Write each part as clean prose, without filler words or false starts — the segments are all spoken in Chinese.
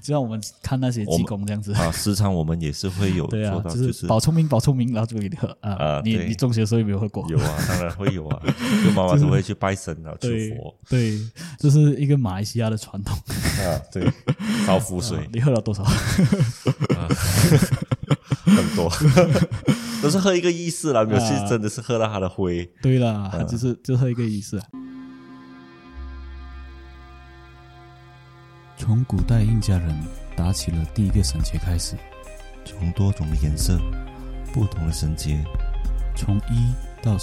就像我们看那些济公这样子啊，时常我们也是会有对啊， 做到， 就是保聪明，然后就给你喝啊。你中学的时候有没有喝过？ 有啊，当然会有啊，就妈妈都会去拜神然后求佛。 对，这是一个马来西亚的传统啊，对，烧符水。 你喝了多少？ 很多，都是喝一个意思啦，没有去真的是喝到他的灰。 对啦，就喝一个意思。从古代印加人打起了第一个绳结开始， 从多种的颜色、不同的绳结， 从1到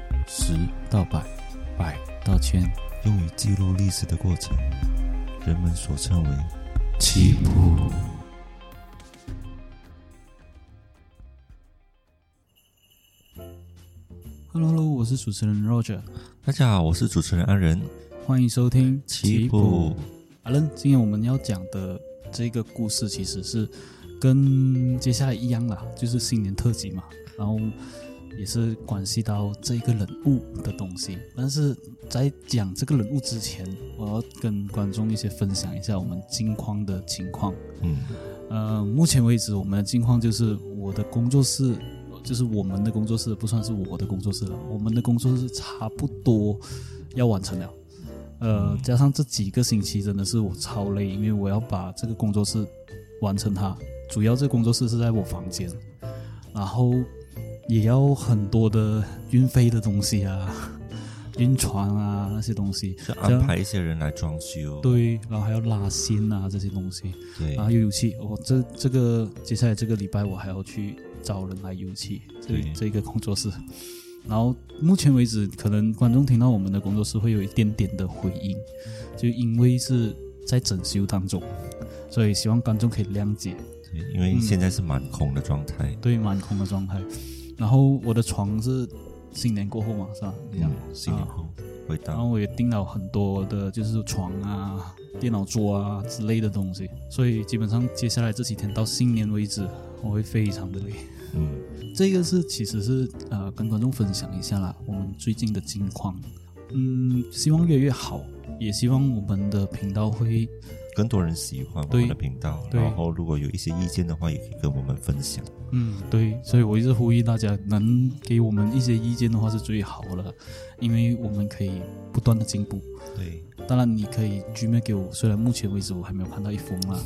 10、10到100、100到1000， 用于记录历史的过程，人们所称为起步。Hello， 我是主持人 Roger。 大家好，我是主持人安仁， 欢迎收听起步。 阿仁，今天我们要讲的这个故事其实是跟接下来一样啦，就是新年特辑嘛，然后也是关系到这个人物的东西。但是在讲这个人物之前，我要跟观众一些分享一下我们近况的情况。目前为止我们的近况就是我的工作室，就是我们的工作室，不算是我的工作室了，我们的工作室差不多要完成了。加上这几个星期真的是我超累，因为我要把这个工作室完成它。主要这个工作室是在我房间，然后也要很多的运费的东西啊，晕船啊那些东西， 就安排一些人来装修。 对，然后还要拉线啊这些东西。 对， 然后又油漆，这个接下来这个礼拜我还要去找人来油漆这个工作室。然后目前为止，可能观众听到我们的工作室会有一点点的回音，就因为是在整修当中，所以希望观众可以谅解。 对，因为现在是满空的状态。 对，满空的状态。然后我的床是新年过后嘛，是吧？ 新年后会到。 然后我也订了很多的，就是床啊、电脑桌啊之类的东西，所以基本上接下来这几天到新年为止，我会非常的累。这个其实是跟观众分享一下啦，我们最近的近况。希望越来越好，也希望我们的频道会更多人喜欢我们的频道，然后如果有一些意见的话，也可以跟我们分享。 对，所以我一直呼吁大家能给我们一些意见的话是最好了，因为我们可以不断的进步。 对， 当然你可以 Gmail 给我，虽然目前为止我还没有看到一封啦。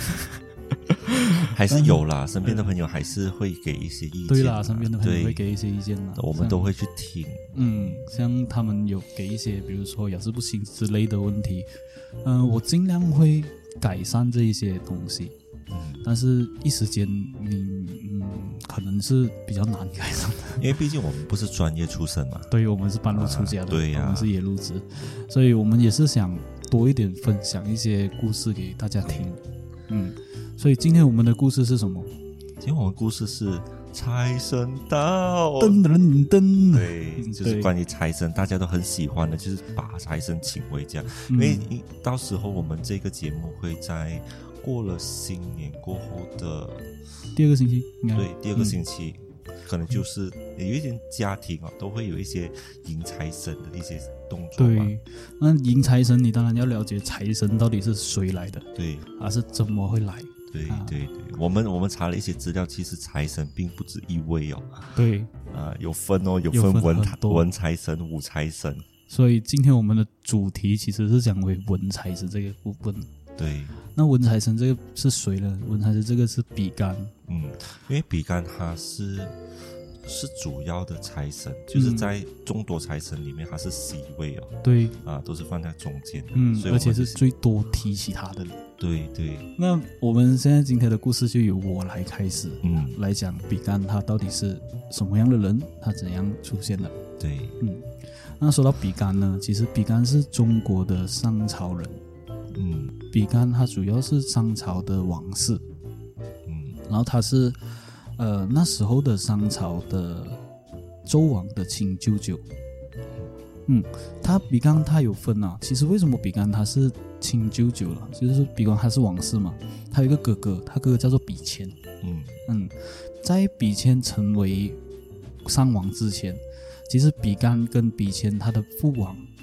还是有啦，身边的朋友还是会给一些意见。 对啦，身边的朋友会给一些意见啦， 我们都会去听。 像他们有给一些，比如说雅思不行之类的问题，我尽量会改善这一些东西。但是一时间可能是比较难改善的， 因为毕竟我们不是专业出身嘛。 对，我们是半路出家的， 对呀， 我们是野路子，所以我们也是想多一点分享一些故事给大家听。所以今天我们的故事是什么？ 今天我们的故事是财神到， 噔噔噔。 对，就是关于财神，大家都很喜欢的，就是把财神请回家。因为到时候我们这个节目会在过了新年过后的第二个星期， 对，第二个星期，可能就是有一点家庭都会有一些迎财神的一些动作嘛。 对，那迎财神，你当然要了解财神到底是谁来的， 对， 是怎么会来。 对，我们查了一些资料，其实财神并不止一位哦。 对， 有分文财神、武财神。 所以今天我们的主题其实是讲为文财神这个部分。 对， 那文财神这个是谁呢？文财神这个是比干。 因为比干他是主要的财神，就是在众多财神里面他是 C 位哦。 对， 都是放在中间的。所以而且是最多提起他的人。 对。 那我们现在今天的故事就由我来开始，来讲比干他到底是什么样的人，他怎样出现的。 对， 那说到比干呢，其实比干是中国的商朝人。比干他主要是商朝的王室。然后他是那时候的商朝的周王的亲舅舅。比干他有分啊，其实为什么比干他是亲舅舅了？就是比干他是王室嘛，他有一个哥哥，他哥哥叫做比谦。在比谦成为商王之前，其实比干跟比谦他的父王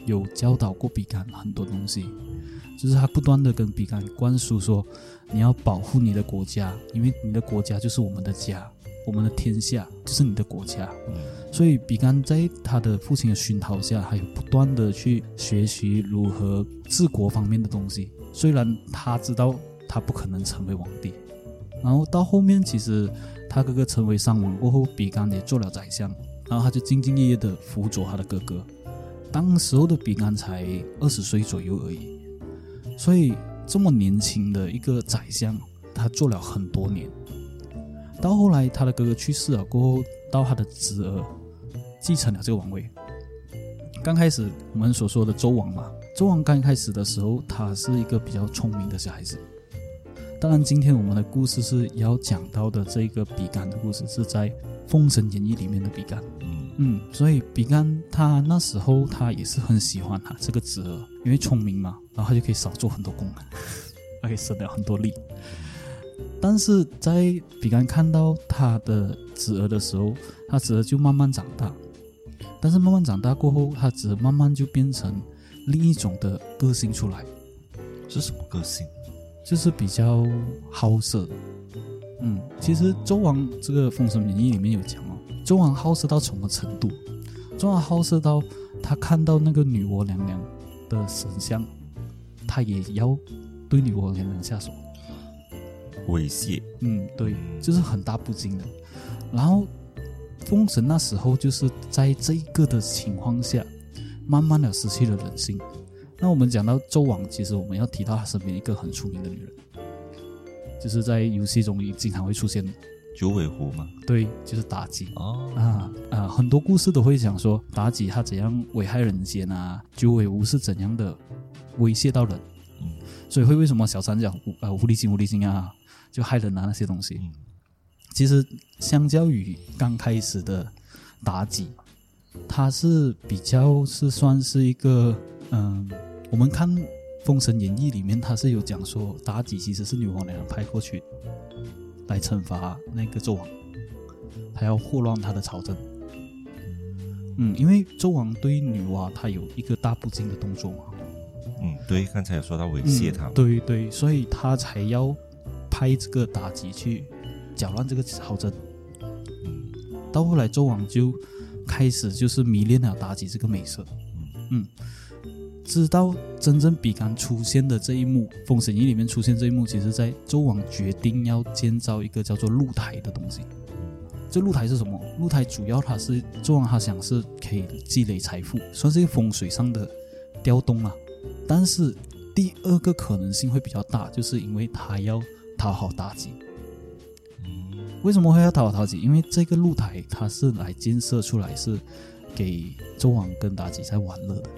有教导过比干很多东西，就是他不断的跟比干灌输说，你要保护你的国家，因为你的国家就是我们的家，我们的天下就是你的国家。所以比干在他的父亲的熏陶下，还有不断的去学习如何治国方面的东西。虽然他知道他不可能成为皇帝，然后到后面其实他哥哥成为商王过后，比干也做了宰相，然后他就兢兢业业的辅佐他的哥哥。当时候的比干才20岁左右而已，所以这么年轻的一个宰相，他做了很多年。到后来他的哥哥去世了过后，到他的侄儿继承了这个王位。刚开始我们所说的周王嘛，周王刚开始的时候，他是一个比较聪明的小孩子。当然今天我们的故事是要讲到的这个比干的故事，是在《封神演义》里面的比干。所以比干他那时候他也是很喜欢他这个侄儿，因为聪明嘛，然后他就可以少做很多工，他可以省了很多力。但是在比干看到他的侄儿的时候，他侄儿就慢慢长大，但是慢慢长大过后，他侄儿慢慢就变成另一种的个性出来。 是什么个性？ 就是比较好色。其实周王这个《封神演义》里面有讲周王好色到什么程度？周王好色到他看到那个女娲娘娘的神像，他也要对女娲娘娘下手， 猥亵。 对，就是很大不敬的。然后封神那时候就是在这一个的情况下，慢慢的失去了人性。那我们讲到周王，其实我们要提到他身边一个很出名的女人，就是在游戏中也经常会出现的九尾狐吗？ 对，就是妲己。很多故事都会讲说妲己她怎样危害人间啊，九尾狐是怎样的威胁到人。所以为什么小三讲狐狸精啊，就害人啊那些东西。其实相较于刚开始的妲己，她是比较是算是一个我们看《封神演义》里面，他是有讲说妲己其实是女娲娘娘派过去来惩罚那个纣王，他要祸乱他的朝政。因为纣王对女娲他有一个大不敬的动作嘛。 对，刚才有说到猥亵他。 对，所以他才要派这个妲己去搅乱这个朝政。到后来纣王就开始就是迷恋了妲己这个美色。直到真正比干出现的这一幕，《封神演义》里面出现这一幕，其实在纣王决定要建造一个叫做露台的东西。这露台是什么？露台主要它是纣王他想是可以积累财富，算是一个风水上的调动啊。但是第二个可能性会比较大，就是因为他要讨好妲己。为什么会要讨好妲己？因为这个露台它是来建设出来是给纣王跟妲己在玩乐的。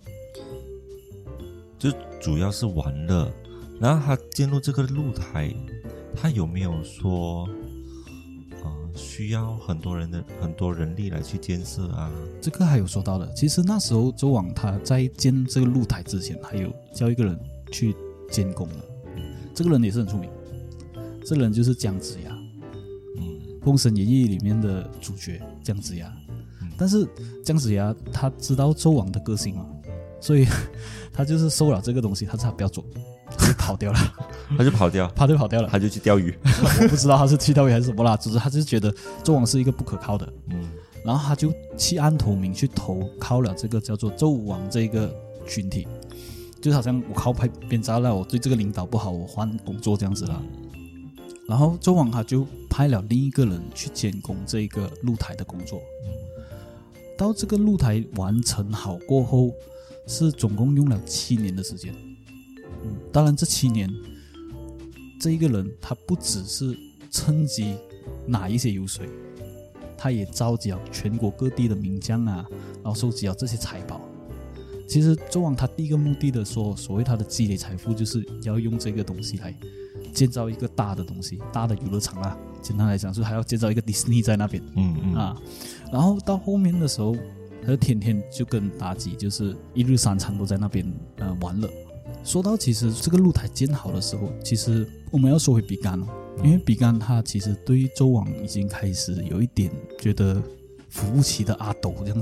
就主要是玩乐，然后他建入这个露台，他有没有说需要很多人力来去建设啊？这个还有说到的。其实那时候纣王他在建这个露台之前，还有叫一个人去监工的。这个人也是很出名，这个人就是姜子牙。封神演义里面的主角姜子牙。但是姜子牙他知道纣王的个性嘛，所以他就是收了这个东西，他不要做，他就跑掉了。 他就跑掉了，他就去钓鱼。 我不知道他是去钓鱼还是什么啦，只是他就是觉得纣王是一个不可靠的。然后他就弃暗投明，去投靠了这个叫做纣王这个群体，就好像我靠边站了，我对这个领导不好，我换工作这样子啦。然后纣王他就派了另一个人去监工这个露台的工作。到这个露台完成好过后，是总共用了7年的时间。当然这7年，这一个人他不只是趁机拿一些油水，他也召集了全国各地的名将啊，然后收集了这些财宝。其实纣王他第一个目的的所谓他的积累财富，就是要用这个东西来建造一个大的东西，大的游乐场啊。简单来讲，就是还要建造一个迪士尼在那边。然后到后面的时候，他就天天就跟妲己就是1日3餐都在那边玩乐。说到其实这个露台建好的时候，其实我们要说回比干哦，因为比干他其实对纣王已经开始有一点觉得扶不起的阿斗这样子。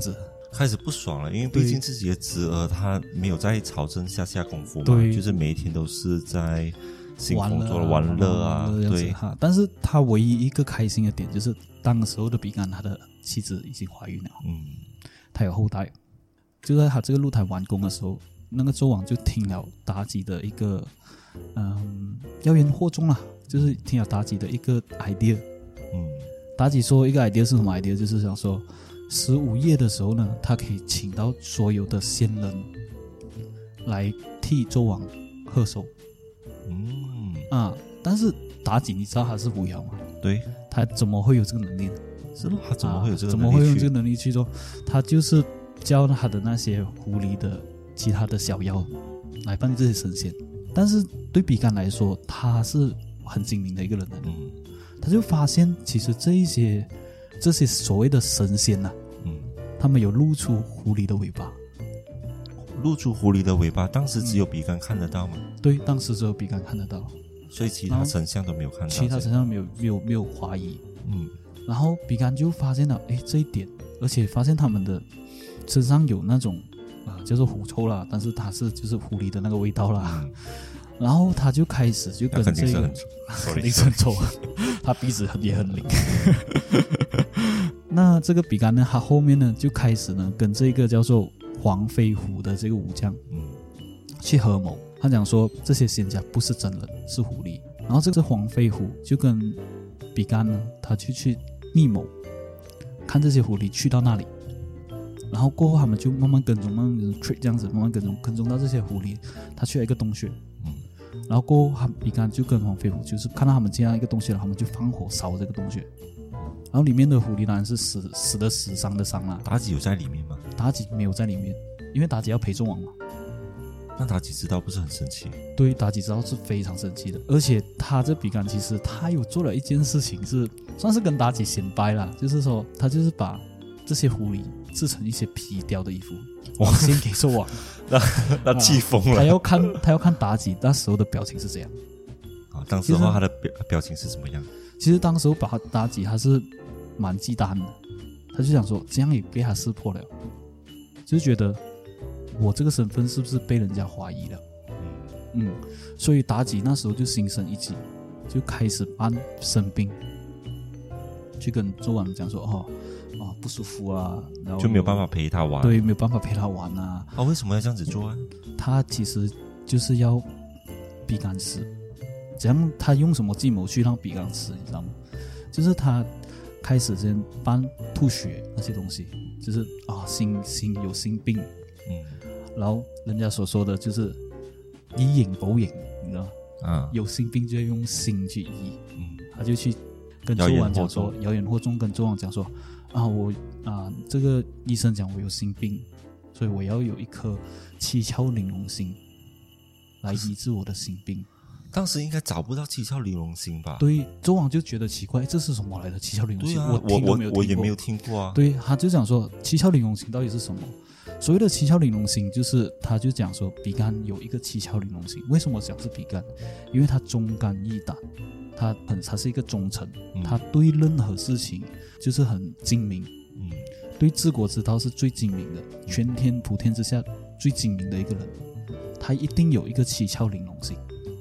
开始不爽了，因为毕竟自己的侄儿他没有在朝政下功夫嘛，就是每一天都是在兴风作玩乐啊，对。 但是他唯一一个开心的点就是当时候的比干他的妻子已经怀孕了，他有后代。就在他这个露台完工的时候，那个纣王就听了妲己的一个妖言惑众啦，就是听了妲己的一个 idea。妲己说一个 idea 是什么 idea， 就是想说15夜的时候呢，他可以请到所有的仙人来替纣王贺寿。但是妲己你知道他是狐妖吗？ 对， 他怎么会有这个能力呢？ 是咯，他怎么会有这个能力？ 怎么会用这个能力去做？他就是教他的那些狐狸的其他的小妖来扮这些神仙。但是对比干来说，他是很精明的一个人的。他就发现其实这些所谓的神仙他们有露出狐狸的尾巴。 露出狐狸的尾巴，当时只有比干看得到吗？ 对，当时只有比干看得到， 所以其他丞相都没有看到， 其他丞相没有怀疑。然后比干就发现了这一点，而且发现他们的身上有那种叫做狐臭啦，但是它是就是狐狸的那个味道啦。然后他就开始就跟这个肯定是很臭，他鼻子也很灵。那这个比干呢，他后面呢就开始呢跟这个叫做黄飞虎的这个武将去合谋。他讲说这些仙家不是真人，是狐狸。然后这个黄飞虎就跟比干呢，他就去密谋，看这些狐狸去到那里，然后过后他们就慢慢跟踪，慢慢跟踪 trick 这样子，慢慢跟踪到这些狐狸，他去了一个洞穴。然后过后比干就跟黄飞虎就是看到他们进到一个洞穴了，他们就放火烧这个洞穴。然后里面的狐狸当然是死的死，伤的伤啦。 妲己有在里面吗？ 妲己没有在里面，因为妲己要陪纣王嘛。 那妲己知道不是很生气？对， 妲己知道是非常生气的。而且他这比干其实他有做了一件事情，是算是跟妲己显摆啦，就是说他就是把这些狐狸制成一些皮雕的衣服，先给纣王。 那气疯了。 他要看妲己那时候的表情是怎样。 当时的话他的表情是怎么样？ 其实当时候把妲己他是蛮忌惮的，他就想说这样也被他识破了，就是觉得我这个身份是不是被人家怀疑了。所以妲己那时候就心生一计，就开始扮生病，去跟纣王讲说不舒服啊，然后就没有办法陪他玩。 对，没有办法陪他玩啊。 为什么要这样子做啊？ 他其实就是要比干死。怎样？他用什么计谋去让比干死？你知道吗？就是他开始先搬吐血那些东西，就是心有心病。然后人家所说的就是以影补影，你知道吗？有心病就要用心去医。他就去跟纣王讲说，谣言惑众，跟纣王讲说这个医生讲我有心病，所以我要有一颗七窍玲珑心来医治我的心病。 当时应该找不到七窍玲珑心吧？ 对，纣王就觉得奇怪，这是什么来的七窍玲珑心？ 我也没有听过啊。 对，他就讲说七窍玲珑心到底是什么？所谓的七窍玲珑心，就是他就讲说比干有一个七窍玲珑心。为什么讲是比干？因为他忠肝义胆，他是一个忠臣，他对任何事情就是很精明。对治国之道是最精明的，全天普天之下最精明的一个人，他一定有一个七窍玲珑心。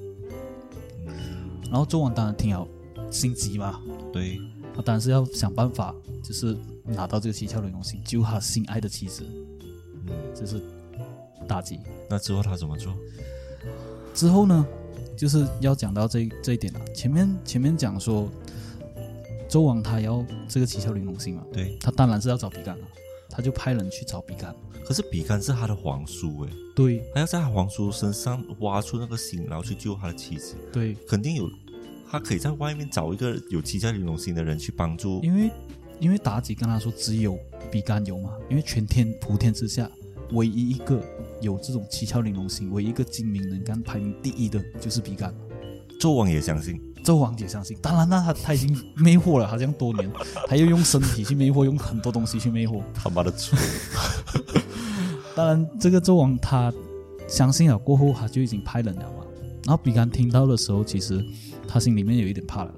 然后纣王当然听了心急嘛， 对， 他当然是要想办法，就是拿到这个七窍玲珑心，救他心爱的妻子，就是妲己。 那之后他怎么做？ 之后呢，就是要讲到这一点了。前面讲说，纣王他要这个七窍玲珑心嘛， 对， 他当然是要找比干了，他就派人去找比干。 可是比干是他的皇叔对， 他要在他皇叔身上挖出那个心，然后去救他的妻子。 对， 肯定有，他可以在外面找一个有七窍玲珑心的人去帮助。 因为妲己跟他说只有比干有嘛，因为全天普天之下唯一一个有这种七窍玲珑心，唯一一个精明能干排名第一的就是比干。 纣王也相信。 纣王也相信，当然那他已经魅惑了，好像多年，他又用身体去魅惑，用很多东西去魅惑， 他妈的蠢。 当然这个纣王他相信了过后，他就已经派人了嘛。然后比干听到的时候，其实他心里面有一点怕了，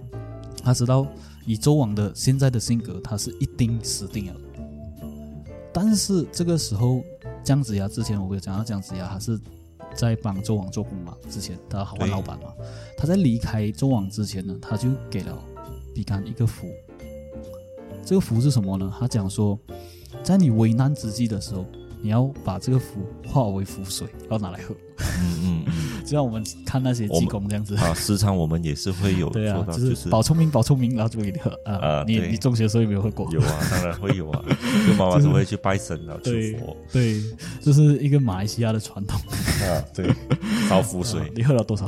他知道以纣王的现在的性格，他是一定死定了。 但是这个时候姜子牙之前我有讲到，姜子牙他是在帮纣王做工嘛，之前他换老板嘛，他在离开纣王之前呢，他就给了比干一个符。这个符是什么呢？他讲说，在你危难之际的时候，你要把这个符化为符水，然后拿来喝。就像我们看那些济公这样子啊，时常我们也是会有对啊， 做到， 就是保聪明，保聪明，然后就给你喝啊。你中学的时候有没有喝过？ 有啊，当然会有啊，就妈妈都会去拜神啊，求佛。 对，这是一个马来西亚的传统啊，对，烧符水。 你喝了多少？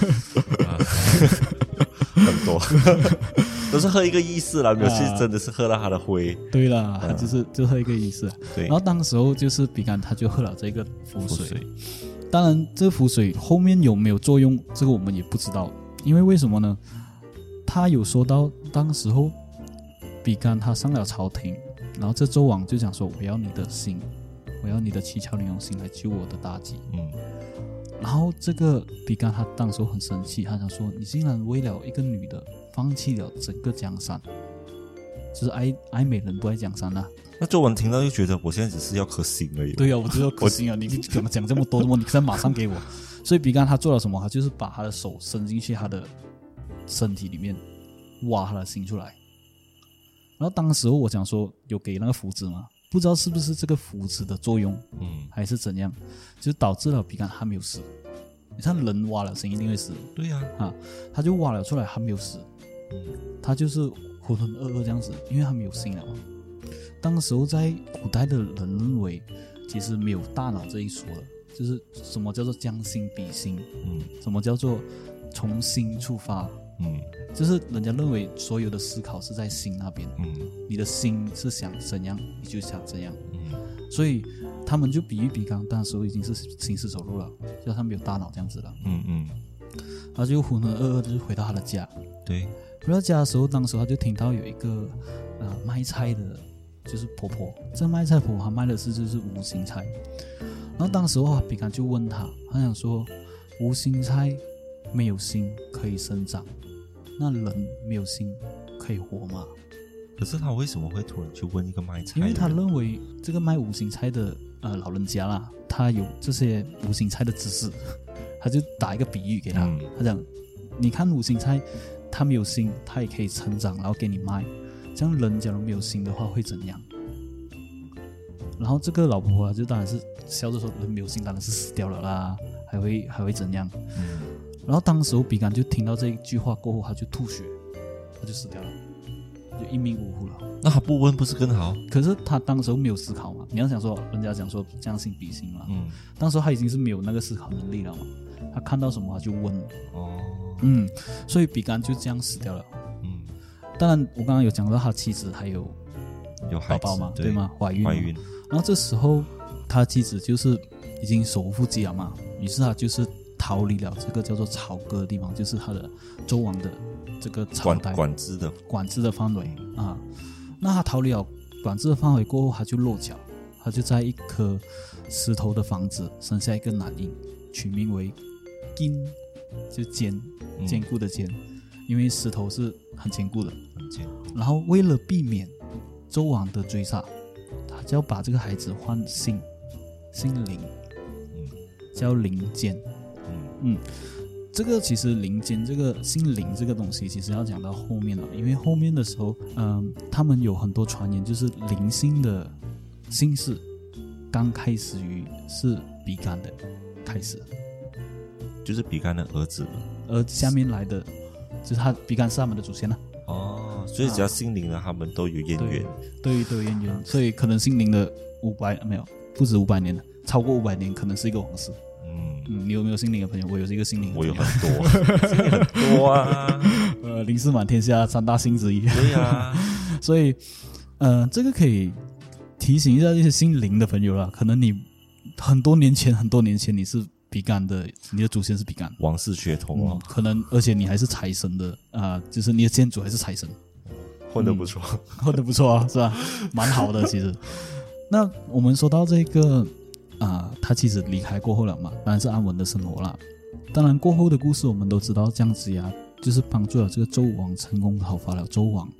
很多。都是喝一个意思啦，没有是真的是喝到他的灰。 对啦，他就喝一个意思。 对， 然后当时候就是比干他就喝了这个符水。当然，这个符水后面有没有作用，这个我们也不知道。因为为什么呢？他有说到当时候比干他上了朝廷，然后这纣王就讲说：“我要你的心，我要你的七窍玲珑心来救我的大计。”然后这个比干他当时候很生气，他想说：“你竟然为了一个女的放弃了整个江山，就是爱美人不爱江山啊。” 那纣王听到就觉得我现在只是要颗心而已。 对啊，我只要颗心啊！你怎么讲这么多？你现在马上给我。所以比干他做了什么？他就是把他的手伸进去他的身体里面，挖他的心出来。然后当时我讲说有给那个符纸嘛，不知道是不是这个符纸的作用，还是怎样，就导致了比干他没有死。你看人挖了心一定会死。 对呀， 他就挖了出来，他没有死。他就是浑浑噩噩这样子，因为他没有心了。当时候在古代的人认为，其实没有大脑这一说的，就是什么叫做将心比心，什么叫做从心出发，就是人家认为所有的思考是在心那边，你的心是想怎样你就想怎样，所以他们就比喻比干当时候已经是行尸走肉了，就他没有大脑这样子了，他就浑浑噩噩的就回到他的家， 对， 回到家的时候，当时他就听到有一个卖菜的。就是婆婆，这卖菜婆婆她卖的是就是无心菜，然后当时比干就问他想说，无心菜没有心可以生长，那人没有心可以活吗？ 可是他为什么会突然去问一个卖菜的人？ 因为他认为这个卖无心菜的老人家啦，他有这些无心菜的知识，他就打一个比喻给他，他讲你看无心菜，他没有心，他也可以成长，然后给你卖。这样人假如没有心的话会怎样？然后这个老婆婆就当然是笑着说，人没有心当然是死掉了啦，还会怎样？然后当时比干就听到这一句话过后，他就吐血，他就死掉了，就一命呜呼了。 那他不问不是更好？ 可是他当时候没有思考嘛，你要想说人家讲说将心比心嘛，当时候他已经是没有那个思考能力了嘛，他看到什么他就问，所以比干就这样死掉了。当然，我刚刚有讲到他妻子还有宝宝嘛，对吗？怀孕。然后这时候他妻子就是已经手无缚鸡了嘛，于是他就是逃离了这个叫做朝歌的地方，就是他的纣王的这个朝代管制的范围啊。那他逃离了管制的范围过后，他就落脚，他就在一颗石头的房子生下一个男婴，取名为坚，就坚固的坚。因为石头是很坚固的，然后为了避免纣王的追杀，他就要把这个孩子换姓林，叫林坚。这个其实林坚这个姓林这个东西，其实要讲到后面了，因为后面的时候，他们有很多传言，就是林姓的姓氏刚开始于是比干的开始，就是比干的儿子， 而下面来的。就是他比干是他们的祖先所以只要姓林的他们都有渊源， 对，都有渊源，所以可能姓林的没有不止500年了，超过500年可能是一个王室。你有没有姓林的朋友？我有一个姓林的朋友， 我有很多，姓林很多啊。 林氏满天下3大姓之一。 对呀， 所以这个可以提醒一下这些姓林的朋友啦，可能你很多年前你是比干的，你的祖先是比干王室血统可能而且你还是财神的就是你的先祖还是财神， 混得不错， 混得不错啊，是吧？蛮好的其实。那我们说到这个他其实离开过后了嘛，当然是安稳的生活了。当然过后的故事我们都知道，姜子牙就是帮助了这个纣王成功讨伐了纣王。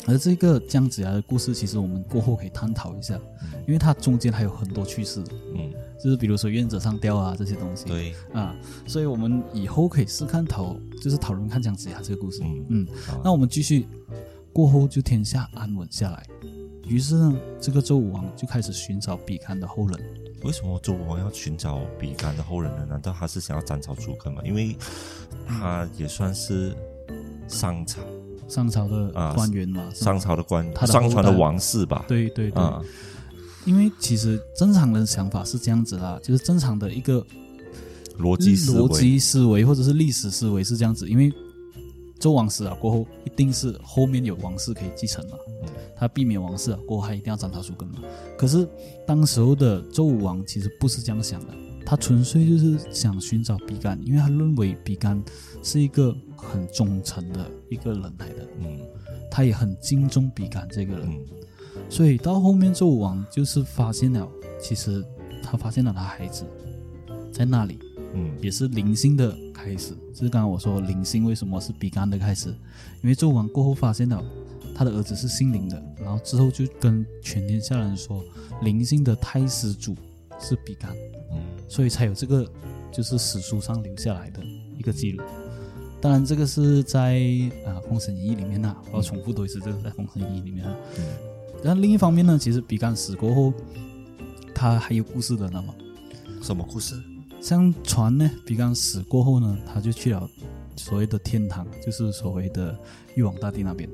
而这个姜子牙的故事，其实我们过后可以探讨一下，因为它中间还有很多趣事，就是比如说愿者上吊啊这些东西， 对啊，所以我们以后可以试看就是讨论看姜子牙这个故事，那我们继续，过后就天下安稳下来，于是呢，这个周武王就开始寻找比干的后人。 为什么周武王要寻找比干的后人呢？难道他是想要斩草除根吗？因为他也算是商朝的官员嘛， 商朝的上传的王室吧。 对对对，因为其实正常的想法是这样子啦，就是正常的一个逻辑思维或者是历史思维是这样子，因为周王死了过后，一定是后面有王室可以继承嘛，他避免王室了过后，他一定要斩草除根嘛。可是当时候的周武王其实不是这样想的，他纯粹就是想寻找比干，因为他认为比干是一个很忠诚的一个人来的，他也很敬重比干这个人，所以到后面周武王就是发现了，其实他发现了他孩子在那里，也是灵性的开始，就是刚刚我说灵性为什么是比干的开始，因为周武王过后发现了他的儿子是姓灵的，然后之后就跟全天下人说灵性的太师主是比干，所以才有这个就是史书上留下来的一个记录。当然这个是在封神演义里面我要重复多一次，这个在封神演义里面然后另一方面呢，其实比干死过后他还有故事的，那么什么故事？ 相传呢，比干死过后呢，他就去了所谓的天堂，就是所谓的玉皇大帝那边，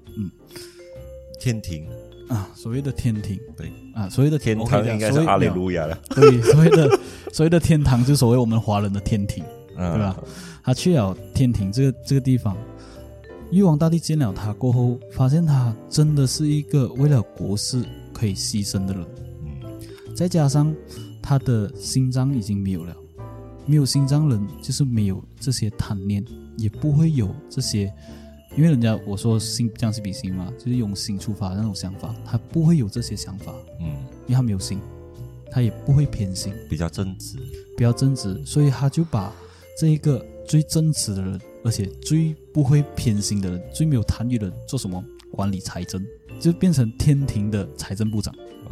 天庭所谓的天庭， 对所谓的天堂应该是阿里路亚了， 对，所谓的天堂就所谓我们华人的天庭，对吧？他去了天庭这个地方，玉皇大帝见了他过后，发现他真的是一个为了国事可以牺牲的人，再加上他的心脏已经没有了，没有心脏人就是没有这些贪念，也不会有这些，因为人家我说心将心比心嘛，就是用心出发的那种想法，他不会有这些想法，因为他没有心，他也不会偏心， 比较正直， 所以他就把这一个最正直的人，而且最不会偏心的人，最没有贪欲的人做什么？管理财政，就变成天庭的财政部长。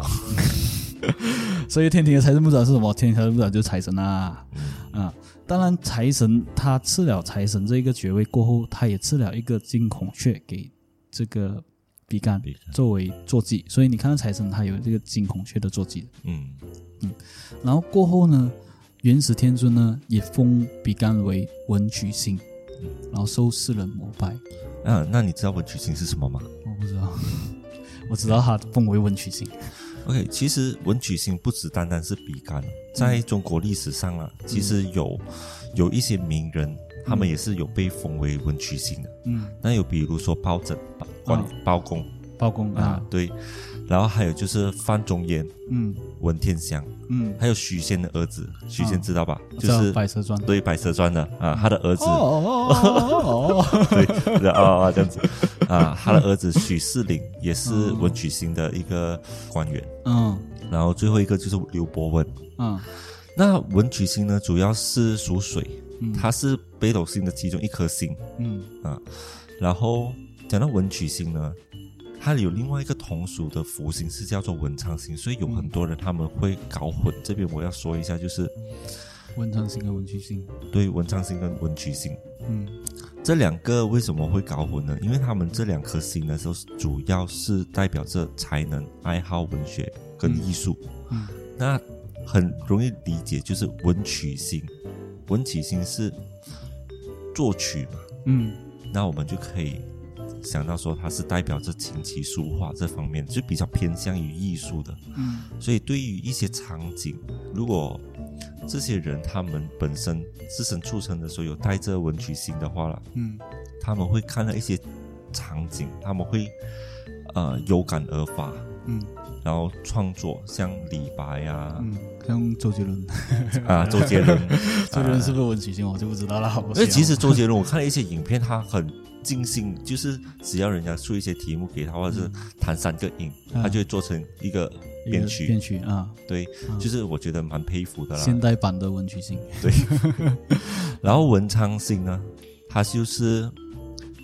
所以天庭的财政部长是什么？天庭财政部长就是财神当然财神他赐了财神这一个爵位过后，他也赐了一个金孔雀给这个比干作为坐骑，所以你看到财神他有这个金孔雀的坐骑然后过后呢，元始天尊呢也封比干为文曲星，然后受世人膜拜。 那你知道文曲星是什么吗？ 我不知道，我知道他封为文曲星。 OK， 其实文曲星不只单单是比干，在中国历史上其实有一些名人，他们也是有被封为文曲星的。那有比如说包拯、包公对，然后还有就是范仲淹、文天祥，还有许仙的儿子，许仙知道吧？就是白蛇传， 对，白蛇传的他的儿子，对，这样子他的儿子许世林也是文曲星的一个官员，然后最后一个就是刘伯温，那文曲星呢，主要是属水，它是北斗星的其中一颗星，然后讲到文曲星呢，它有另外一个同属的福星是叫做文昌星，所以有很多人他们会搞混。这边我要说一下，就是文昌星跟文曲星， 对，文昌星跟文曲星，这两个为什么会搞混呢？因为他们这两颗星的时候，主要是代表着才能、爱好文学跟艺术。那很容易理解，就是文曲星，文曲星是作曲嘛，那我们就可以想到说它是代表着琴棋书画这方面，就比较偏向于艺术的。所以对于一些场景，如果这些人他们本身自身出生的时候有带着文曲星的话他们会看到一些场景，他们会有感而发，然后创作，像李白像周杰伦周杰伦是不是文曲星我就不知道了。 因为其实周杰伦我看了一些影片，他很精心，就是只要人家出一些题目给他，或者是弹3个音，他就会做成一个编曲对，就是我觉得蛮佩服的啦， 现代版的文曲星。 对然后文昌星呢，它就是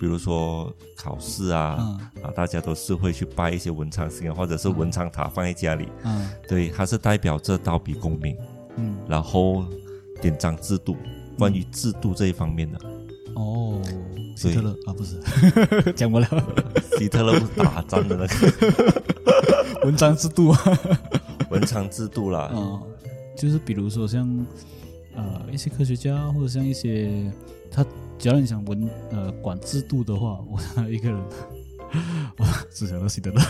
比如说考试啊，大家都是会去拜一些文昌星啊，或者是文昌塔放在家里。对，它是代表着刀笔功名。然后典章制度，关于制度这一方面的。 哦，希特勒啊，不是，讲不了。 希特勒不是打仗的那个文章制度啊， 文昌制度啦。 就是比如说像一些科学家，或者像一些他，只要你想管制度的话，我想到一个人，我只想到希特勒。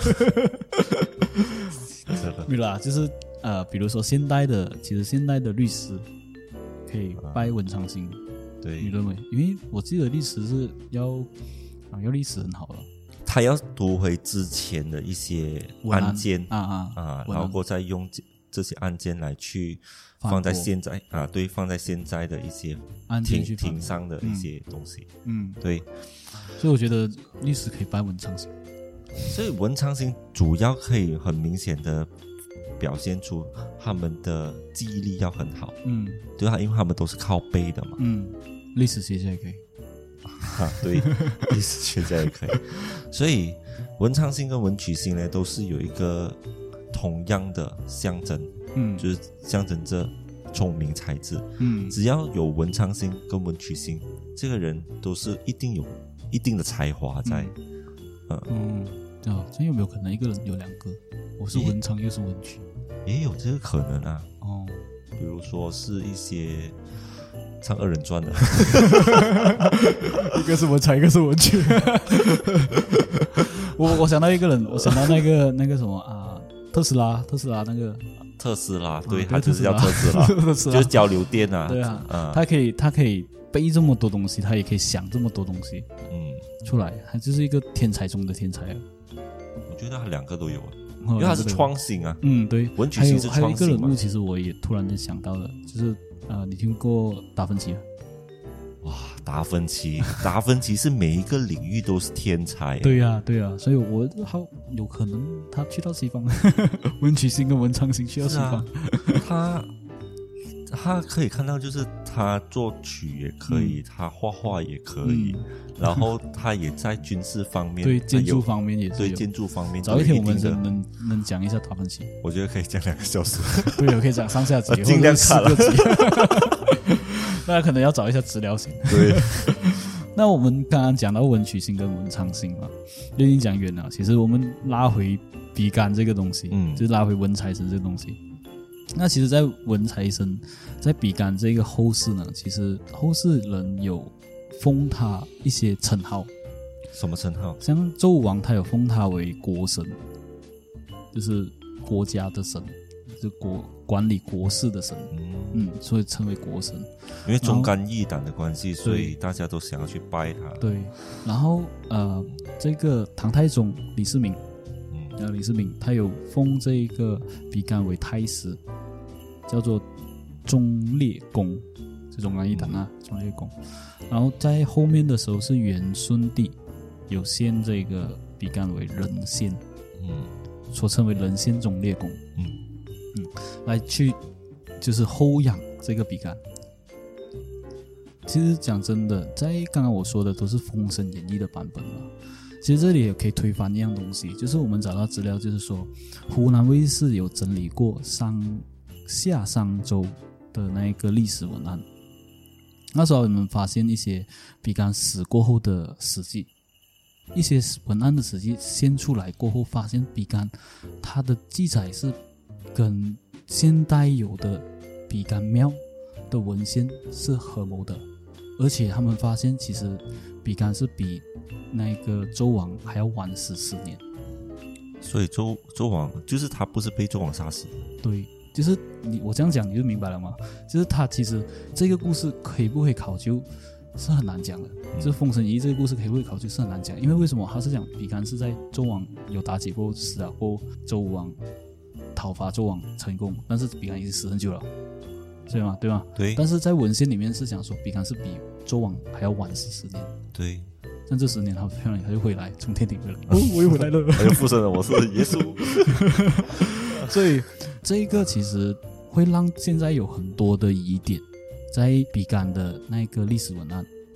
没啦，就是比如说现代的律师可以拜文昌星。对，你认为？因为我记得历史是要历史很好了， 他要读回之前的一些案件然后再用这些案件来去放在现在对，放在现在的一些案件庭上的一些东西。对， 所以我觉得历史可以拜文昌星。 所以文昌星主要可以很明显的表现出他们的记忆力要很好。对啊，因为他们都是靠背的嘛。 历史学家也可以。 对，历史学家也可以。所以文昌星跟文曲星呢，都是有一个同样的象征，就是象征着聪明才智。只要有文昌星跟文曲星，这个人都是一定有一定的才华在。 这样有没有可能一个人有两个？我是文昌又是文曲？ 也有这个可能啊。比如说是一些唱二人转的， 一个是文昌，一个是文曲。我想到一个人，我想到那个什么特斯拉那个特斯拉，对，他就是叫特斯拉，就是交流电啊。 对啊，他可以背这么多东西，他也可以想这么多东西，出来，他就是一个天才中的天才。 我觉得他两个都有因为他是创新啊。 对， 文曲星是创新嘛。 还有一个人物，其实我也突然间想到了，就是你听过达芬奇吗？ 哇，达芬奇是每一个领域都是天才。 对啊，所以我有可能他去到西方，文曲星跟文昌星去到西方。 他可以看到，就是他作曲也可以，他画画也可以，然后他也在军事方面， 对建筑方面也是有。 对建筑方面， 早一天我们能讲一下达芬奇。 我觉得可以讲2个小时。 对，我可以讲上下集， 尽量看了。 那可能要找一下资料先。 对。 那我们刚刚讲到文曲星跟文昌星嘛，就已经讲远了。其实我们拉回比干这个东西，就是拉回文财神这个东西。那其实在文财神在比干这个后世呢，其实后世人有封他一些称号。 什么称号？ 像纣王他有封他为国神，就是国家的神，就管理国事的神。所以称为国神。 因为忠肝义胆的关系，所以大家都想要去拜他。 对，然后这个唐太宗李世民，李世民他有封这个比干为太师，叫做忠烈公，是忠肝义胆忠烈公。然后在后面的时候是元顺帝有献这个比干为仁献，所称为仁献忠烈公，来去就是后养这个比干。其实讲真的，在刚刚我说的都是《封神演义》的版本嘛。其实这里也可以推翻一样东西，就是我们找到资料，就是说湖南卫视有整理过夏商周的那个历史文案。那时候我们发现一些比干死过后的史记，一些文案的史记献出来过后，发现比干他的记载是跟现代有的比干庙的文献是合谋的，而且他们发现其实比干是比那个周王还要晚死10年。 所以周王就是他不是被周王杀死。 对，就是我这样讲你就明白了吗？就是他其实这个故事可不可以考究是很难讲的，就是《封神演义》这个故事可不可以考究是很难讲，因为为什么他是讲比干是在周王有妲己过死了过周王讨伐周王成功，但是比干已经死很久了，对吗？对吗？ 对。 但是在文献里面是讲说比干是比周王还要晚死10年。 对。 但这10年他漂亮，他就回来，从天庭回来。我又回来了， 他又附身了，我是耶稣。 所以这一个其实会让现在有很多的疑点，在比干的那个历史文案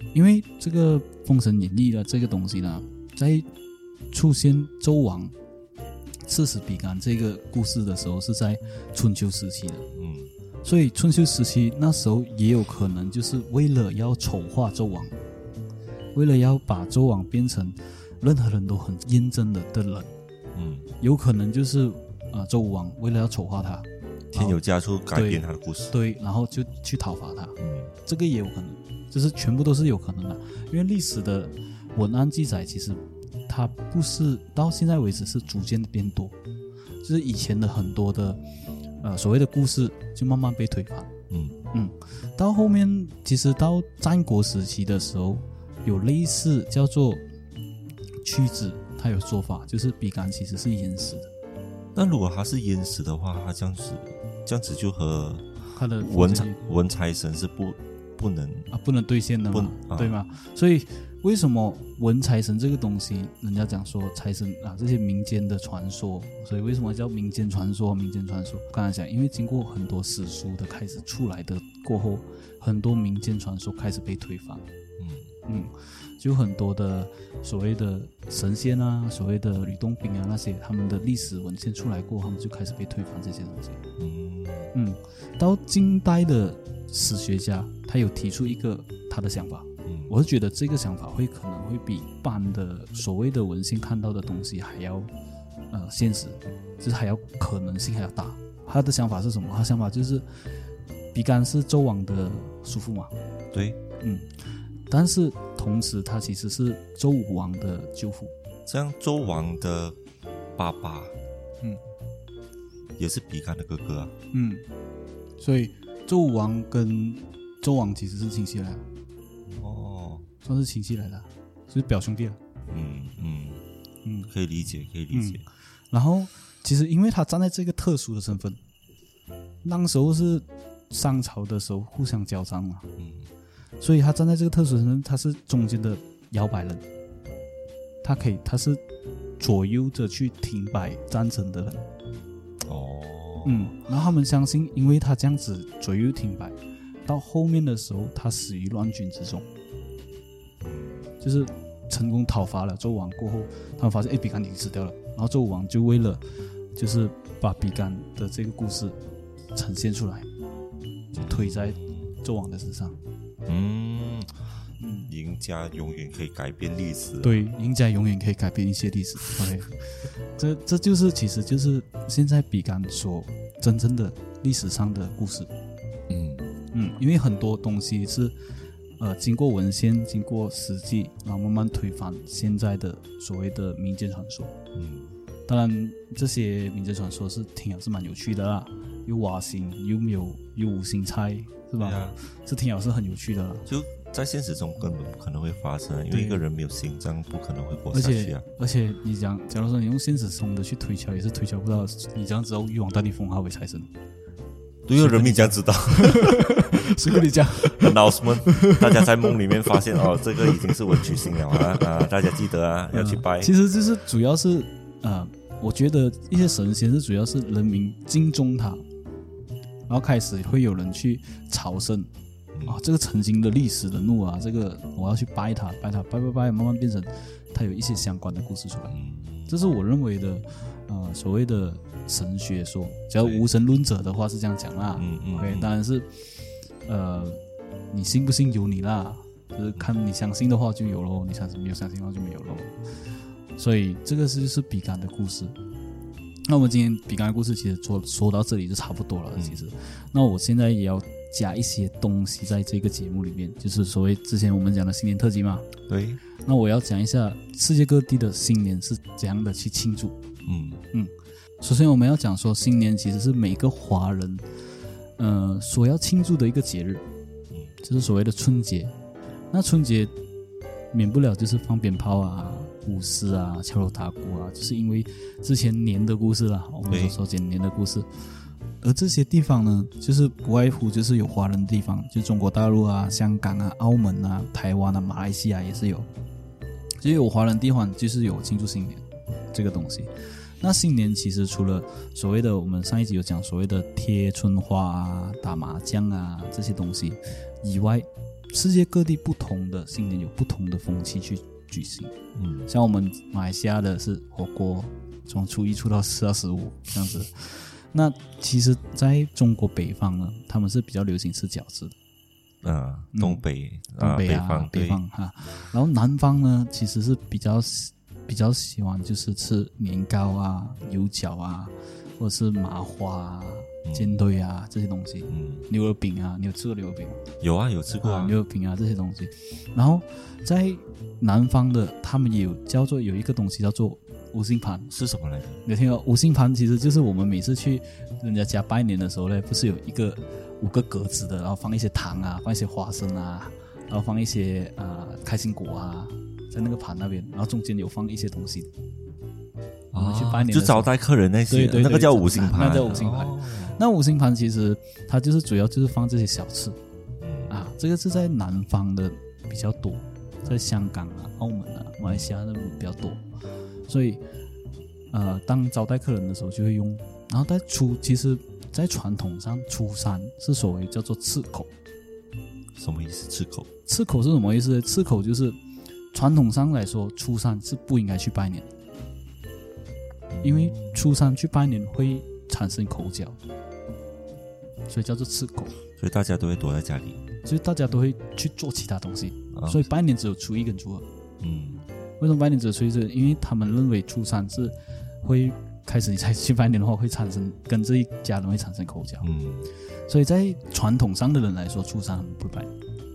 因为这个《封神演义》的这个东西呢，在出现周王刺死比干这个故事的时候，是在春秋时期的。所以春秋时期那时候也有可能就是为了要丑化周王，为了要把周王变成任何人都很厌憎的人，有可能就是周武王为了要丑化他， 添油加醋改变他的故事， 对，然后就去讨伐他，这个也有可能，就是全部都是有可能的。因为历史的文案记载其实它不是到现在为止是逐渐的变多，就是以前的很多的所谓的故事就慢慢被推翻。到后面其实到战国时期的时候，有类似叫做屈指，他有说法，就是比干其实是淹死的。 那如果他是淹死的话，他这样子就和他的文财神是不能兑现的嘛，对吗？所以为什么文财神这个东西，人家讲说财神这些民间的传说，所以为什么叫民间传说？刚才讲，因为经过很多史书的开始出来的过后，很多民间传说开始被推翻。就很多的所谓的神仙啊，所谓的吕洞宾啊，那些他们的历史文献出来过，他们就开始被推翻这些东西。到近代的史学家，他有提出一个他的想法，我是觉得这个想法可能会比般的所谓的文献看到的东西还要现实，就是还要可能性还要大。他的想法是什么？他的想法就是比干是周王的叔父嘛， 对， 但是同时他其实是周武王的舅父。 这样周王的爸爸也是比干的哥哥啊。 所以周武王跟周王其实是亲戚来的。算是亲戚来的，就是表兄弟了。 可以理解。 然后其实因为他站在这个特殊的身份，那时候是商朝的时候互相交战嘛，所以他站在这个特殊身份，他是中间的摇摆人，他是左右着去停摆战争的人。然后他们相信，因为他这样子左右停摆，到后面的时候他死于乱军之中，就是成功讨伐了周武王过后，他们发现比干已经死掉了，然后周武王就为了就是把比干的这个故事呈现出来，就推在纣王的身上。 赢家永远可以改变历史。 对，赢家永远可以改变一些历史。OK， 这就是其实就是现在比干所真正的历史上的故事。因为很多东西是经过文献、经过实际，然后慢慢推翻现在的所谓的民间传说。当然这些民间传说是蛮有趣的啦，有瓦星，有五星猜，是吧？是是很有趣的啦。 就在现实中根本不可能会发生，因为一个人没有心脏，不可能会活下去啊。 而且你假如说你用现实中的去推敲，也是推敲不到。你这样知道玉皇大帝封他为财神？ 对，人民这样知道。 谁跟你讲 ？announcement， 大家在梦里面发现这个已经是文曲星了大家记得要去拜。 其实就是主要是我觉得一些神仙是主要是人民敬重他，然后开始会有人去朝圣这个曾经的历史人物这个我要去拜他，拜，慢慢变成他有一些相关的故事出来。这是我认为的所谓的神学说，只要无神论者的话是这样讲啦。OK， 当然是你信不信由你啦，就是看你相信的话就有咯，你没有相信的话就没有咯。所以这个就是比干的故事。那我们今天比干的故事其实说到这里就差不多了。其实那我现在也要加一些东西在这个节目里面，就是所谓之前我们讲的新年特辑嘛。 对， 那我要讲一下世界各地的新年是怎样的去庆祝。首先我们要讲说新年其实是每个华人所要庆祝的一个节日，就是所谓的春节。那春节免不了就是放鞭炮舞狮敲锣打鼓就是因为之前年的故事啦，我们所说讲年的故事。而这些地方呢，就是不外乎就是有华人的地方，就中国大陆香港澳门台湾马来西亚也是有，就有华人地方就是有庆祝新年这个东西。那新年其实除了所谓的我们上一集有讲所谓的贴春花打麻将这些东西以外， 世界各地不同的新年有不同的风气去举行。像我们马来西亚的是火锅，从初一初到4到15这样子。那其实在中国北方呢，他们是比较流行吃饺子的。 东北北方哈。然后南方呢，其实是比较喜欢就是吃年糕啊、油角啊，或者是麻花啊、煎堆啊这些东西。牛肉饼啊，你有吃过牛肉饼吗？ 有啊，有吃过啊， 牛肉饼啊这些东西。然后在南方的，他们有一个东西叫做五星盘。 是什么来着？ 有听过？五星盘其实就是我们每次去人家家拜年的时候呢，不是有5个格子的，然后放一些糖啊，放一些花生啊，然后放一些开心果啊，在那个盘那边，然后中间有放一些东西。我们去拜年的时候就招待客人那些， 对， 那个叫五星盘， 那叫五星盘。那五星盘其实它就是主要就是放这些小吃。这个是在南方的比较多，在香港啊、澳门啊、马来西亚那边比较多，所以当招待客人的时候就会用。然后其实在传统上，初三是所谓叫做刺口。 什么意思？刺口？ 刺口是什么意思？刺口就是传统上来说，初三是不应该去拜年，因为初三去拜年会产生口角，所以叫做刺口。 所以大家都会躲在家里， 所以大家都会去做其他东西。所以拜年只有初一跟初二。为什么拜年只有初一？因为他们认为初三是会开始你再去拜年的话，会产生跟这一家人会产生口角。所以在传统上的人来说，初三不拜。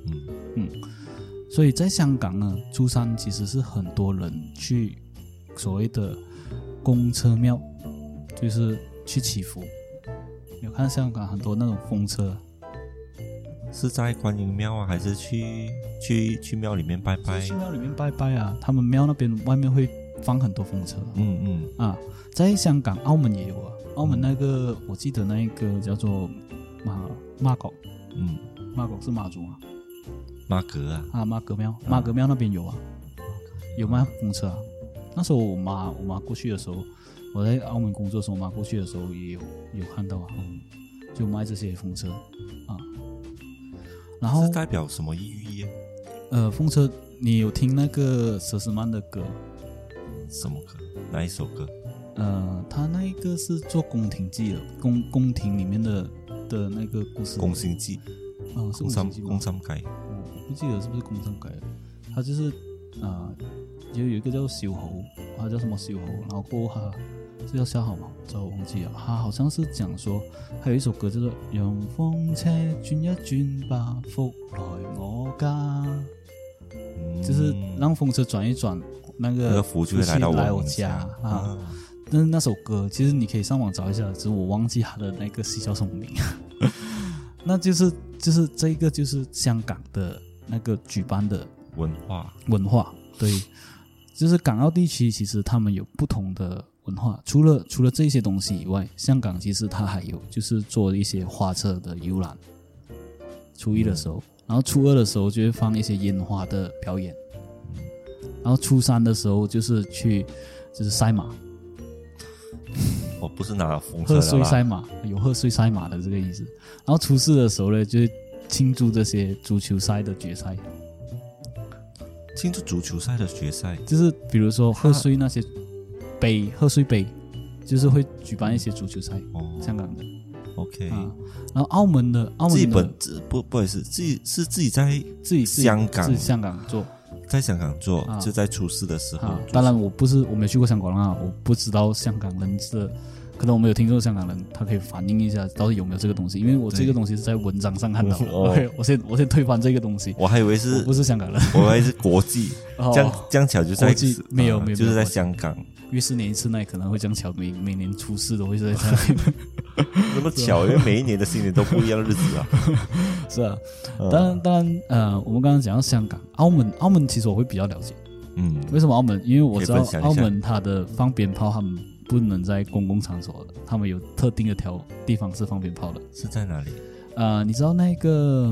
所以在香港呢，初三其实是很多人去所谓的公车庙，就是去祈福。有看香港很多那种风车， 是在观音庙啊，还是去庙里面拜拜？ 去庙里面拜拜啊，他们庙那边外面会放很多风车。在香港、澳门也有啊。澳门那个我记得那一个叫做妈狗，妈狗是妈祖啊。 妈阁啊， 妈阁庙那边有啊，有卖风车啊。那时候我妈过去的时候，我在澳门工作的时候，我妈过去的时候也有看到啊，就卖这些风车啊。然后是代表什么意义？ 风车，你有听那个佘诗曼的歌？ 什么歌？哪一首歌？ 他那一个是做宫廷记的，宫廷里面的那个故事。 宫心计。 是宫心计。 宫三改。 我不记得是不是宫三改的。他就是有一个叫小猴，他叫什么小猴，然后过后他是叫小猴嘛，我忘记了。他好像是讲说，还有一首歌叫做《让风车轉一轉吧，福來我家》，就是让风车转一转，那个福就会来我家啊。但是那首歌其实你可以上网找一下，只是我忘记他的那个戏叫什么名。那就是这个就是香港的那个举办的文化，对，就是港澳地区其实他们有不同的文化，除了这些东西以外，香港其实它还有就是做一些花车的游览，初一的时候，然后初二的时候就会放一些烟花的表演，然后初三的时候就是赛马。 我不是拿风车的啦， 贺岁赛马，有贺岁赛马的这个意思。然后初四的时候呢，就是庆祝这些足球赛的决赛。 庆祝足球赛的决赛， 就是比如说贺岁那些贺岁杯，就是会举办一些足球赛。香港的 OK 然后澳门的不好意思，自己在香港做。 在香港做，就在初四的时候。 当然我没有去过香港啊，我不知道香港人可能我们有听说香港人，他可以反映一下到底有没有这个东西，因为我这个东西是在文章上看到。我先推翻这个东西。 我还以为是， 我不是香港人， 我还以为是国际。这样巧就在没有， 就是在香港。 因为4年一次，那可能会这样巧，每年初四都会在这里。 那么巧，因为每一年的新年都不一样的日子啊。 是啊，当然，我们刚刚讲到香港、澳门其实我会比较了解。为什么澳门？因为我知道澳门它的放鞭炮，他们不能在公共场所的，他们有特定的地方是放鞭炮的。 是在哪里？ 你知道那个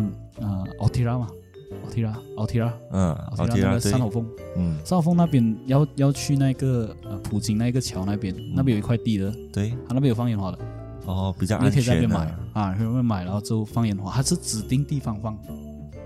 Otira 吗？Otira 那个三口峰，三口峰那边要去那个普京那个桥那边有一块地的， 对， 他那边有放烟花的。 比较安全的。 你可以在那边买，可以买，然后之后放烟花，它是指定地方放。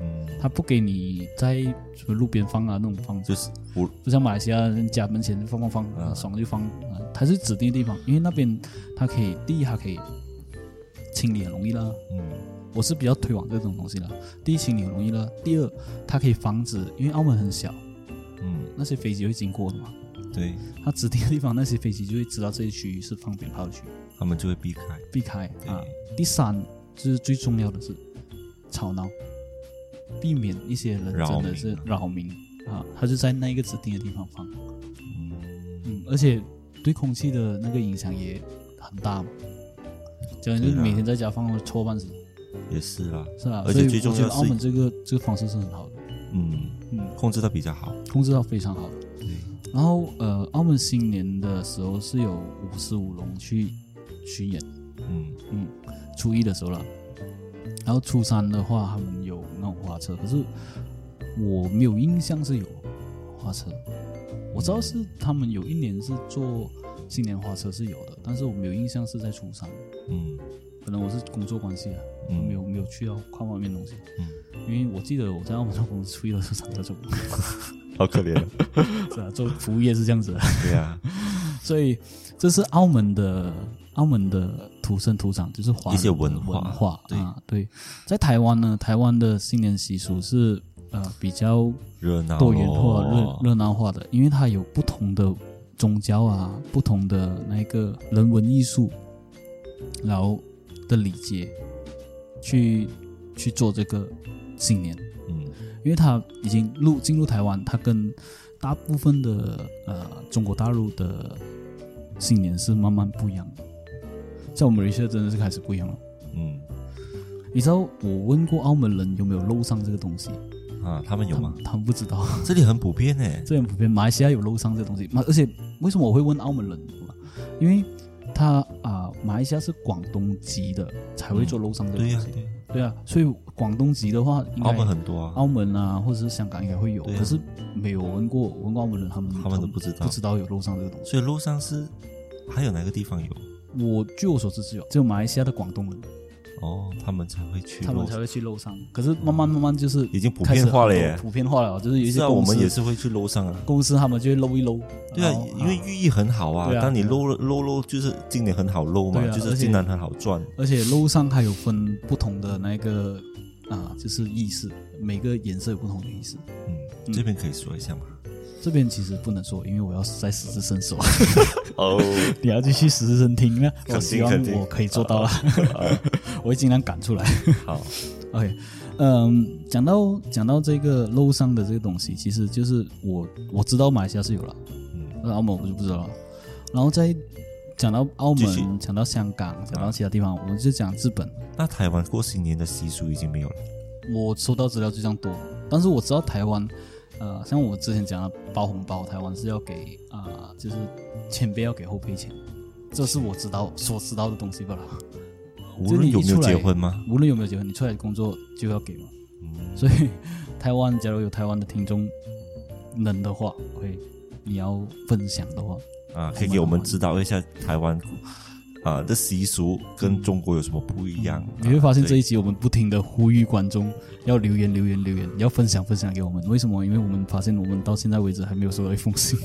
他不给你在什么路边放啊那种放， 就是不像马来西亚人家门前放，爽就放它是指定的地方，因为那边它可以第一它可以清理很容易啦，我是比较推广这种东西啦。第一清理很容易啦，第二它可以防止，因为澳门很小，那些飞机会经过的嘛， 对， 它指定的地方那些飞机就会知道这一区域是放鞭炮的区域， 他们就会避开啊。第三就是最重要的是吵闹，避免一些人真的是扰民啊，他就在那一个指定的地方放，而且对空气的那个影响也很大嘛。讲就是每天在家放臭半死， 也是啦， 是啊， 而且最重要是所以我觉得澳门这个方式是很好的， 控制到比较好， 控制到非常好。 对， 然后澳门新年的时候是有55龙去巡演，初一的时候了，然后初三的话他们有那种花车，可是我没有印象是有花车，我知道是他们有一年是做新年花车是有的，但是我没有印象是在初三，可能我是工作关系啊，没有去到看外面东西，因为我记得我在澳门做工，初一到初三在做工， 好可怜， 是啊，做服务业是这样子的， 对啊， 所以这是澳门的土生土长，就是华人一些文化， 对，在台湾呢，台湾的新年习俗是比较热闹多元化、热闹化的，因为它有不同的宗教啊，不同的那个人文艺术，然后的礼节去做这个新年，因为它已经进入台湾，它跟大部分的中国大陆的新年是慢慢不一样的，像我们马来西亚真的是开始不一样了。你知道我问过澳门人有没有肉丧这个东西啊？他们有吗？ 他们不知道。 这里很普遍诶， 这里很普遍。马来西亚有肉丧这个东西，而且为什么我会问澳门人？因为他马来西亚是广东籍的才会做肉丧这个东西。对啊，所以广东籍的话， 澳门很多啊， 澳门啊，或者是香港应该会有，可是没有问过澳门人，他们都不知道有肉丧这个东西。 所以肉丧是还有哪个地方有？ 据我所知只有马来西亚的广东人。 他们才会去肉丧，可是慢慢就是已经普遍化了耶， 普遍化了，就是有一些我们也是会去肉丧啊， 公司他们就会搂一搂。 对啊，因为寓意很好啊，当你搂就是今年很好搂嘛，就是今年很好赚。 而且肉丧还有分不同的那个就是意思，每个颜色有不同的意思。 这边可以说一下吗？ 这边其实不能说，因为我要在实质上说。你要继续实质上听呢？我希望我可以做到了，我会尽量赶出来。 好 ，OK，讲到这个肉丧的这个东西，其实就是我知道马来西亚是有了，澳门我就不知道了。然后再讲到澳门，讲到香港，讲到其他地方，我们就讲日本。 那台湾过新年的习俗已经没有了。 我收到资料就这样多，但是我知道台湾。像我之前讲的包红包，台湾是要给就是前辈要给后辈钱，这是我所知道的东西罢了。 无论有没有结婚吗？ 无论有没有结婚，你出来工作就要给嘛。所以台湾假如有台湾的听众能的话，你要分享的话可以给我们指导一下台湾的习俗跟中国有什么不一样？ 你会发现这一集我们不停的呼吁观众要留言，要分享给我们。为什么？因为我们发现我们到现在为止还没有收到一封信。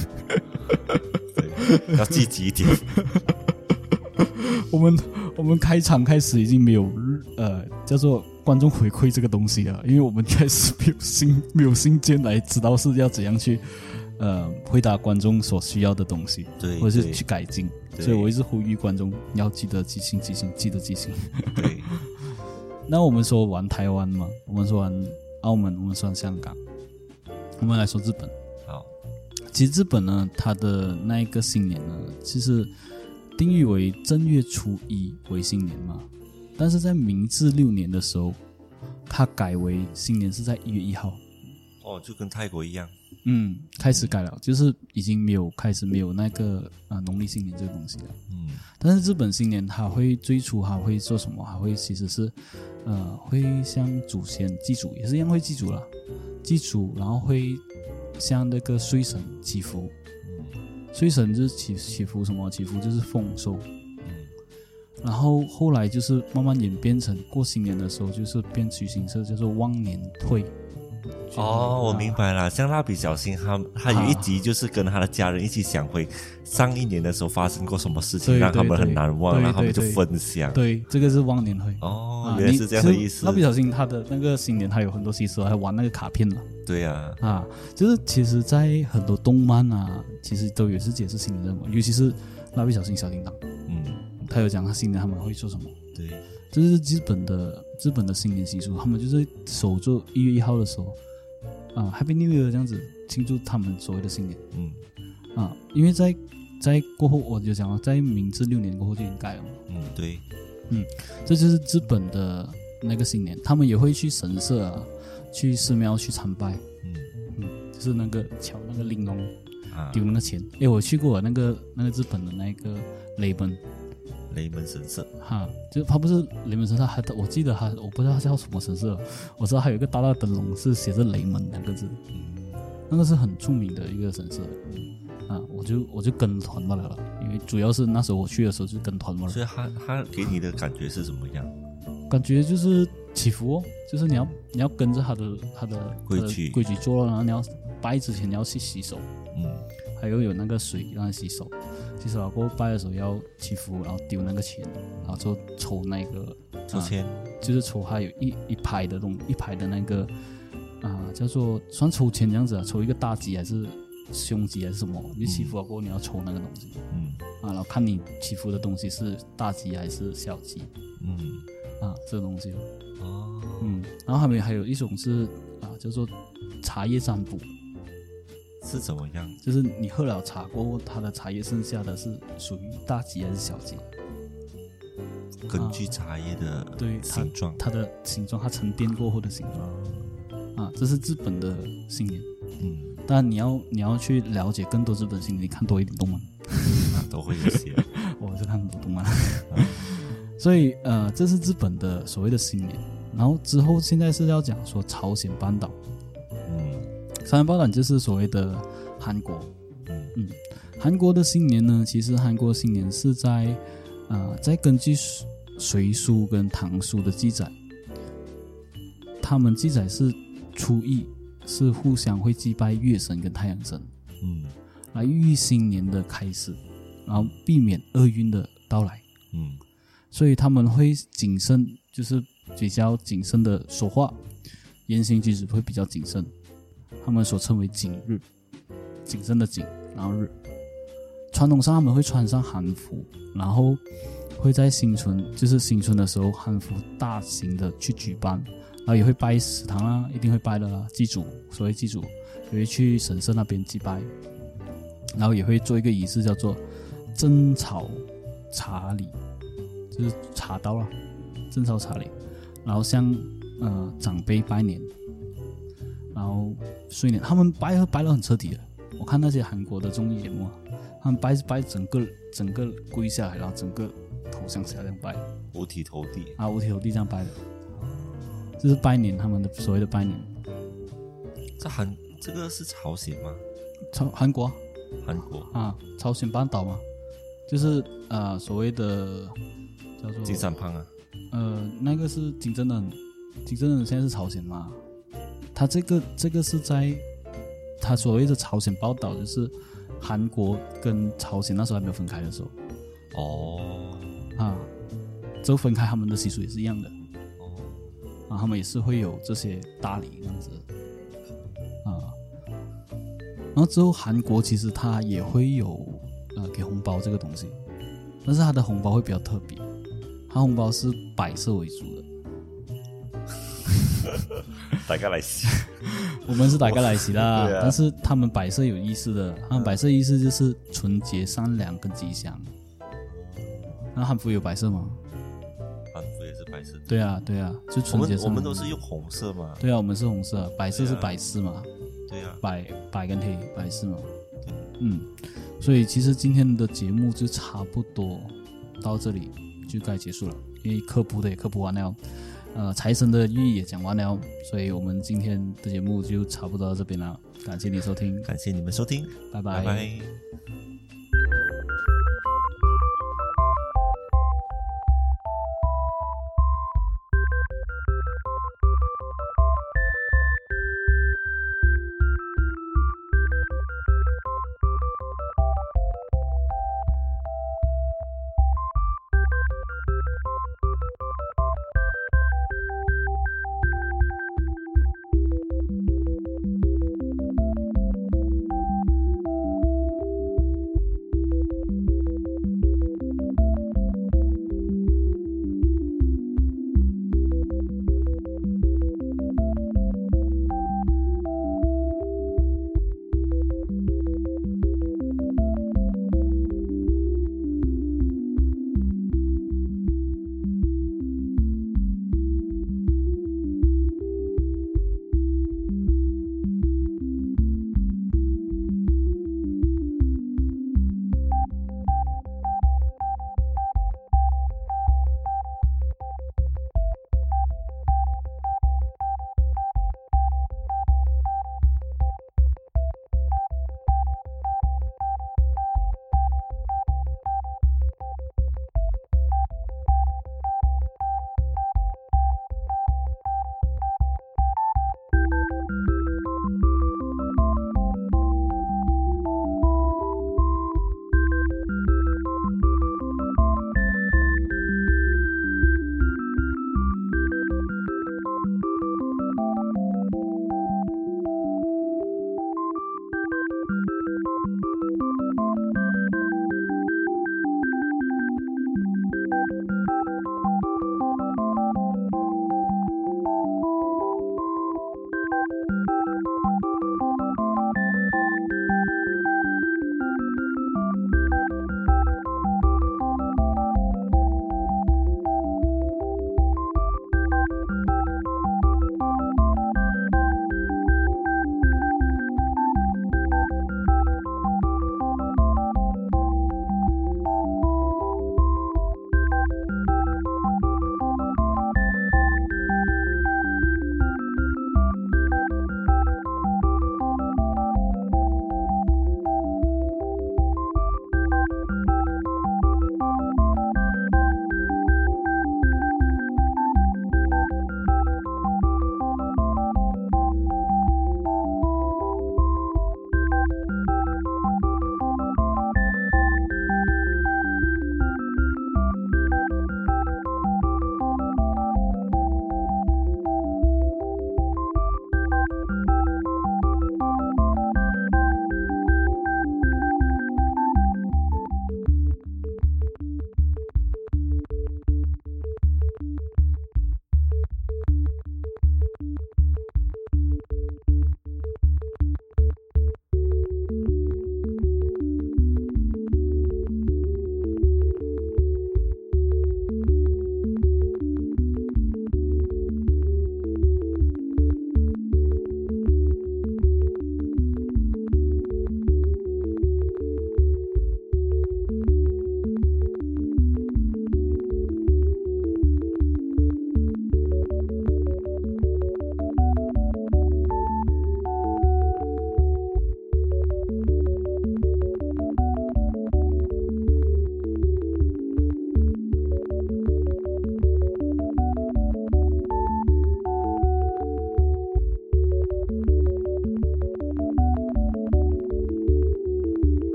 对，要积极一点。 我们开场开始已经没有叫做观众回馈这个东西了，因为我们开始没有信件来知道是要怎样去回答观众所需要的东西， 对， 或者是去改进。所以我一直呼吁观众要记得记性，记得记性。 对。 那我们说完台湾嘛，我们说完澳门，我们说完香港，我们来说日本。 好， 其实日本呢，它的那一个新年呢，其实定义为正月初一为新年嘛，但是在明治6年的时候，它改为新年是在1月1号。 就跟泰国一样。 开始改了，就是已经没有那个农历新年这个东西了。但是日本新年它会最初还会做什么？还会其实是会向祖先祭祖，也是一样会祭祖啦，祭祖，然后会向那个水神祈福。水神就是祈福什么？祈福就是丰收。 然后后来就是慢慢演变成过新年的时候，就是变取形式，叫做忘年会。 我明白了。像蜡笔小新他有一集就是跟他的家人一起想回上一年的时候发生过什么事情，让他们很难忘，然后他们就分享。 对，这个是忘年会。 原来是这样的意思。 蜡笔小新他的那个新年他有很多习俗，还玩那个卡片嘛。 对啊。 就是其实在很多动漫啊，其实都有是解释新年任务，尤其是蜡笔小新小叮当。他有讲他新年他们会做什么。 对， 这是日本的新年习俗，他们就是守住1月1号的时候Happy New Year 这样子庆祝他们所谓的新年。因为在过后我就讲了，在明治6年过后就应该了。 对。 这就是日本的那个新年，他们也会去神社去寺庙去参拜。就是那个敲那个铃龙丢那个钱。我去过那个日本的那个雷门神社。就他不是雷门神社，我记得我不知道他叫什么神社，我知道还有一个大大的灯笼是写着雷门2个字。那个是很出名的一个神社。我就跟团罢了，因为主要是那时候我去的时候就跟团罢了。 所以他给你的感觉是怎么样？ 感觉就是祈福就是你要跟着他的规矩做了，然后你要拜之前你要去洗手。还有那个水让他洗手了过后拜的时候要祈福，然后丢那个钱，然后就抽那个抽签， 就是抽还有一排的一排的那个叫做算抽签这样子抽一个大吉还是凶吉还是什么，你祈福了过后你要抽那个东西。然后看你祈福的东西是大吉还是小吉。这个东西。然后还有一种是叫做茶叶占卜。 是怎么样？ 就是你喝了茶过后，它的茶叶剩下的是属于大吉还是小吉？ 根据茶叶的形状， 它的形状，它沉淀过后的形状。这是日本的新年。当然你要去了解更多日本新年，你看多一点动漫。 都会有些。 我是看很多动漫。所以这是日本的所谓的新年。然后之后现在是要讲说朝鲜半岛。朝鲜半岛就是所谓的韩国。韩国的新年呢，其实韩国新年是在根据隋书跟唐书的记载，他们记载是初一是互相会祭拜月神跟太阳神，来寓意新年的开始，然后避免厄运的到来。所以他们会谨慎，就是比较谨慎的说话，言行举止会比较谨慎。他们所称为谨日，谨慎的谨，然后日。传统上他们会穿上韩服，然后会在新春的时候，韩服大型的去举办，然后也会拜祠堂一定会拜的啦，祭祖，所谓祭祖，也会去神社那边祭拜，然后也会做一个仪式叫做蒸草茶礼，就是茶道啦，蒸草茶礼，然后向长辈拜年。然后岁年，他们拜得很彻底的。我看那些韩国的综艺节目他们拜整个跪下来，然后整个头向下这样拜， 五体投地五体投地这样拜的。这是拜年，他们的所谓的拜年。 这个是朝鲜吗？ 韩国朝鲜半岛嘛，就是所谓的叫做金三胖那个是金正恩现在是朝鲜嘛。他这个是在他所谓的朝鲜半岛，就是韩国跟朝鲜那时候还没有分开的时候。这个分开他们的习俗也是一样的。他们也是会有这些大礼这样子。然后之后韩国其实他也会有给红包这个东西，但是他的红包会比较特别，他红包是白色为主的。 大家来洗， 我们是大家来洗啦。但是他们白色有意思的，他们白色意思就是纯洁、善良跟吉祥。那汉服有白色吗？ 汉服也是白色的。 对啊，就纯洁善良。 我们都是用红色嘛。 对啊，我们是红色，白色是白事嘛。 对啊， 白跟黑白事嘛。所以其实今天的节目就差不多到这里就该结束了，因为科普的也科普完了。财神的寓意也讲完了，所以我们今天的节目就差不多到这边了。感谢你收听， 感谢你们收听， 拜拜。 拜拜。